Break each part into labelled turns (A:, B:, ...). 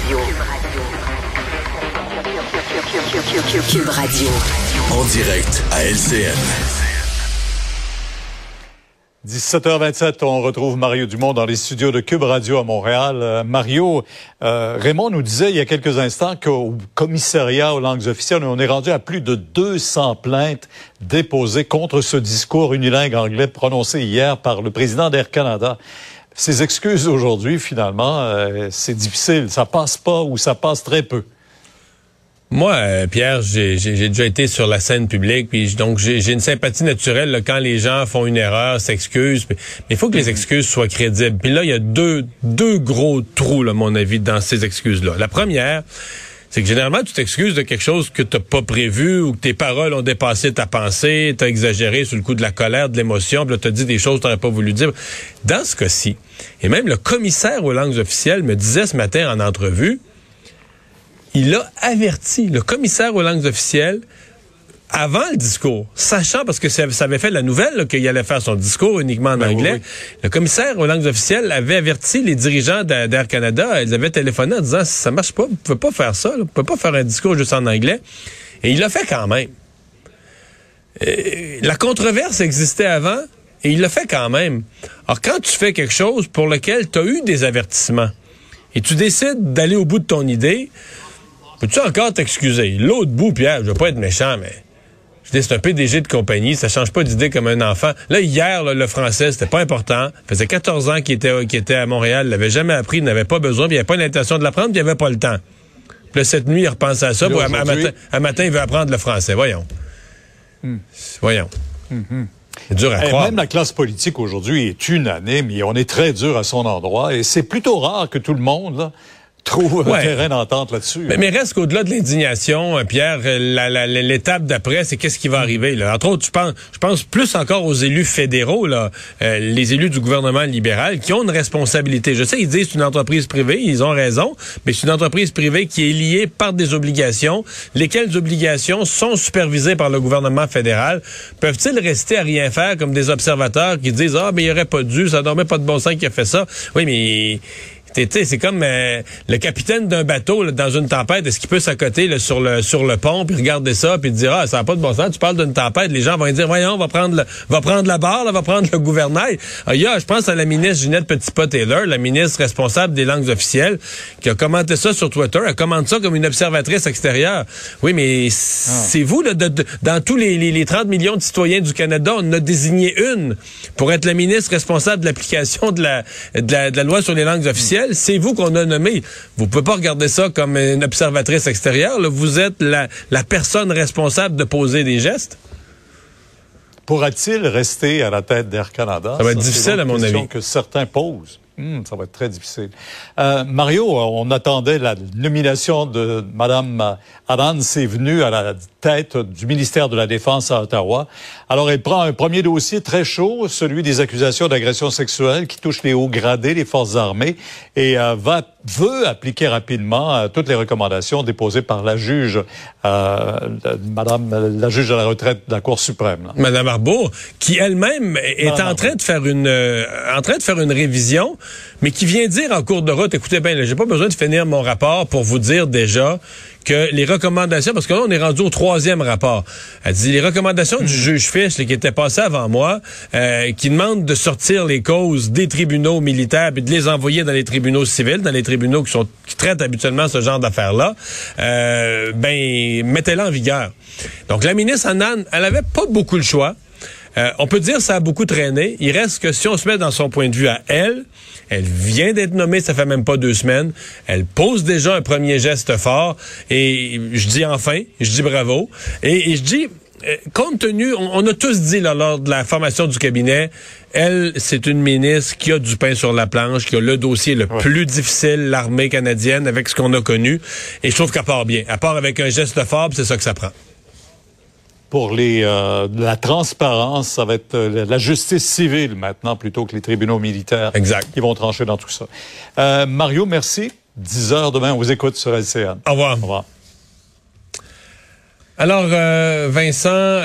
A: Cube Radio. En direct à LCN.
B: 17h27, on retrouve Mario Dumont dans les studios de Cube Radio à Montréal. Mario, Raymond nous disait il y a quelques instants qu'au commissariat aux langues officielles, on est rendu à plus de 200 plaintes déposées contre ce discours unilingue anglais prononcé hier par le président d'Air Canada. Ces excuses aujourd'hui, finalement, c'est difficile. Ça passe pas ou ça passe très peu.
C: Moi, Pierre, j'ai déjà été sur la scène publique, puis donc j'ai une sympathie naturelle là, quand les gens font une erreur, s'excusent. Mais il faut que les excuses soient crédibles. Puis là, il y a deux gros trous, là, à mon avis, dans ces excuses-là. La première, c'est que généralement, tu t'excuses de quelque chose que t'as pas prévu ou que tes paroles ont dépassé ta pensée, t'as exagéré sous le coup de la colère, de l'émotion, puis là, t'as dit des choses que t'aurais pas voulu dire. Dans ce cas-ci, et même le commissaire aux langues officielles me disait ce matin en entrevue, il a averti le commissaire aux langues officielles avant le discours, sachant, parce que ça avait fait la nouvelle là, qu'il allait faire son discours uniquement en anglais. Oui. Le commissaire aux langues officielles avait averti les dirigeants d'Air Canada. Ils avaient téléphoné en disant, ça marche pas, vous pouvez pas faire ça, là, vous pouvez pas faire un discours juste en anglais. Et il l'a fait quand même. La controverse existait avant, et il l'a fait quand même. Alors, quand tu fais quelque chose pour lequel tu as eu des avertissements, et tu décides d'aller au bout de ton idée, peux-tu encore t'excuser? L'autre bout, Pierre, je veux pas être méchant, mais je dis, c'est un PDG de compagnie, ça change pas d'idée comme un enfant. Là, hier, là, le français, c'était pas important. Ça faisait 14 ans qu'il était à Montréal, il l'avait jamais appris, il n'avait pas besoin, puis il avait pas l'intention de l'apprendre, puis il avait pas le temps. Puis là, cette nuit, il repensait à ça, puis un matin, il veut apprendre le français. Voyons. Voyons. C'est dur à croire.
B: Même la classe politique aujourd'hui est unanime, et on est très dur à son endroit, et c'est plutôt rare que tout le monde, là, trouve un terrain d'entente là-dessus.
C: Mais reste qu'au-delà de l'indignation, Pierre, l'étape d'après, c'est qu'est-ce qui va arriver, là. Entre autres, je pense plus encore aux élus fédéraux, là, les élus du gouvernement libéral, qui ont une responsabilité. Je sais, ils disent que c'est une entreprise privée, ils ont raison, mais c'est une entreprise privée qui est liée par des obligations, lesquelles obligations sont supervisées par le gouvernement fédéral. Peuvent-ils rester à rien faire comme des observateurs qui disent, mais il aurait pas dû, ça dormait pas de bon sens qui a fait ça. Oui, mais c'est comme le capitaine d'un bateau là, dans une tempête. Est-ce qu'il peut s'accoter là, sur le pont puis regarder ça puis dire ça n'a pas de bon sens. Tu parles d'une tempête, les gens vont dire voyons, on va prendre la barre, là, on va prendre le gouvernail. Je pense à la ministre Ginette Petitpas-Taylor, la ministre responsable des langues officielles, qui a commenté ça sur Twitter. Elle commente ça comme une observatrice extérieure. Oui, mais c'est vous là, dans tous les 30 millions de citoyens du Canada, on en a désigné une pour être la ministre responsable de l'application de la loi sur les langues officielles. C'est vous qu'on a nommé. Vous pouvez pas regarder ça comme une observatrice extérieure. Là. Vous êtes la personne responsable de poser des gestes.
B: Pourra-t-il rester à la tête d'Air Canada?
C: Ça va être difficile, à mon avis. C'est une question
B: que certains posent. Ça va être très difficile. Mario, on attendait la nomination de Mme Adams, est venue à la tête du ministère de la Défense à Ottawa. Alors, elle prend un premier dossier très chaud, celui des accusations d'agression sexuelle qui touche les hauts gradés, les forces armées, et veut appliquer rapidement toutes les recommandations déposées par la juge, Madame la juge de la retraite de la Cour suprême. Là.
C: Madame Arbour, qui elle-même est en train de faire une révision, mais qui vient dire en cours de route, écoutez bien, j'ai pas besoin de finir mon rapport pour vous dire déjà que les recommandations, parce que là, on est rendu au 3e rapport. Elle dit, les recommandations du juge Fish, qui était passé avant moi, qui demandent de sortir les causes des tribunaux militaires et de les envoyer dans les tribunaux civils, dans les tribunaux qui traitent habituellement ce genre d'affaires-là, mettez-la en vigueur. Donc, la ministre Annan, elle avait pas beaucoup le choix. On peut dire que ça a beaucoup traîné. Il reste que si on se met dans son point de vue à elle vient d'être nommée, ça fait même pas 2 semaines. Elle pose déjà un premier geste fort. Et je dis enfin, je dis bravo. Et je dis, compte tenu, on a tous dit là, lors de la formation du cabinet, elle, c'est une ministre qui a du pain sur la planche, qui a le dossier le plus difficile, l'armée canadienne, avec ce qu'on a connu. Et je trouve qu'elle part bien. Elle part avec un geste fort, c'est ça que ça prend.
B: Pour la transparence, ça va être la justice civile maintenant plutôt que les tribunaux militaires qui vont trancher dans tout ça. Mario, merci. 10h demain, on vous écoute sur LCN.
C: Au revoir.
B: Au revoir.
C: Alors, Vincent,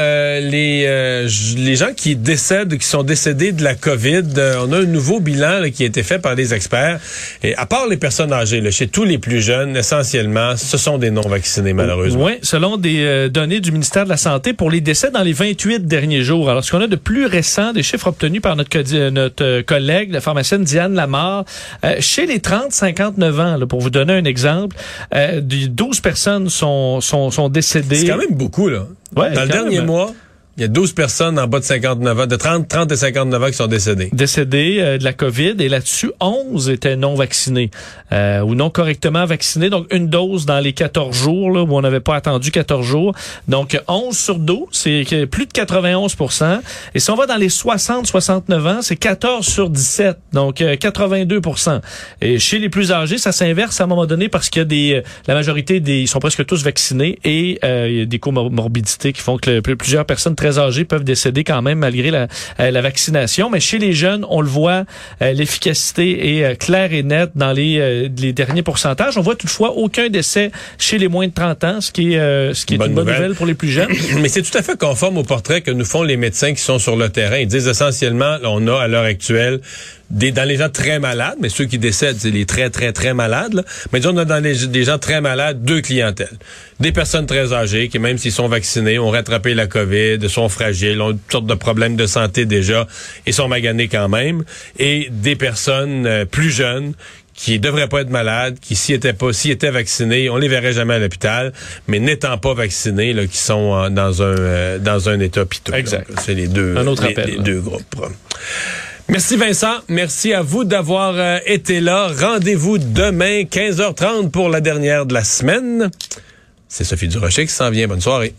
C: les gens qui sont décédés de la COVID, on a un nouveau bilan là, qui a été fait par les experts. Et à part les personnes âgées, là, chez tous les plus jeunes, essentiellement, ce sont des non-vaccinés, malheureusement.
D: Oui, selon des données du ministère de la Santé, pour les décès dans les 28 derniers jours. Alors, ce qu'on a de plus récent, des chiffres obtenus par notre collègue, la pharmacienne Diane Lamar, chez les 30-59 ans, là, pour vous donner un exemple, 12 personnes sont décédées.
C: C'est quand même beaucoup, là.
D: Ouais,
C: dans le dernier mois, il y a 12 personnes en bas de 59 ans, de 30 et 59 ans qui sont décédées.
D: Décédées de la COVID, et là-dessus, 11 étaient non vaccinés ou non correctement vaccinés. Donc, une dose dans les 14 jours, là, où on n'avait pas attendu 14 jours. Donc, 11 sur 12, c'est plus de 91%. Et si on va dans les 60-69 ans, c'est 14 sur 17, donc 82%. Et chez les plus âgés, ça s'inverse à un moment donné parce qu'il y a la majorité ils sont presque tous vaccinés et il y a des comorbidités qui font que plusieurs personnes très âgés peuvent décéder quand même malgré la vaccination. Mais chez les jeunes, on le voit, l'efficacité est claire et nette dans les derniers pourcentages. On voit toutefois aucun décès chez les moins de 30 ans, ce qui est une bonne nouvelle pour les plus jeunes.
C: Mais c'est tout à fait conforme au portrait que nous font les médecins qui sont sur le terrain. Ils disent essentiellement, on a à l'heure actuelle dans les gens très malades, mais ceux qui décèdent, c'est les très, très, très malades, là. Mais disons, on a des gens très malades, deux clientèles. Des personnes très âgées qui, même s'ils sont vaccinés, ont rattrapé la COVID, sont fragiles, ont toutes sortes de problèmes de santé déjà et sont maganés quand même. Et des personnes plus jeunes qui devraient pas être malades, qui s'ils étaient vaccinés, on les verrait jamais à l'hôpital, mais n'étant pas vaccinés, là, qui sont dans un état piteux.
D: Exact.
C: Donc, c'est les deux groupes. Merci Vincent, merci à vous d'avoir été là. Rendez-vous demain 15h30 pour la dernière de la semaine. C'est Sophie Durocher qui s'en vient. Bonne soirée.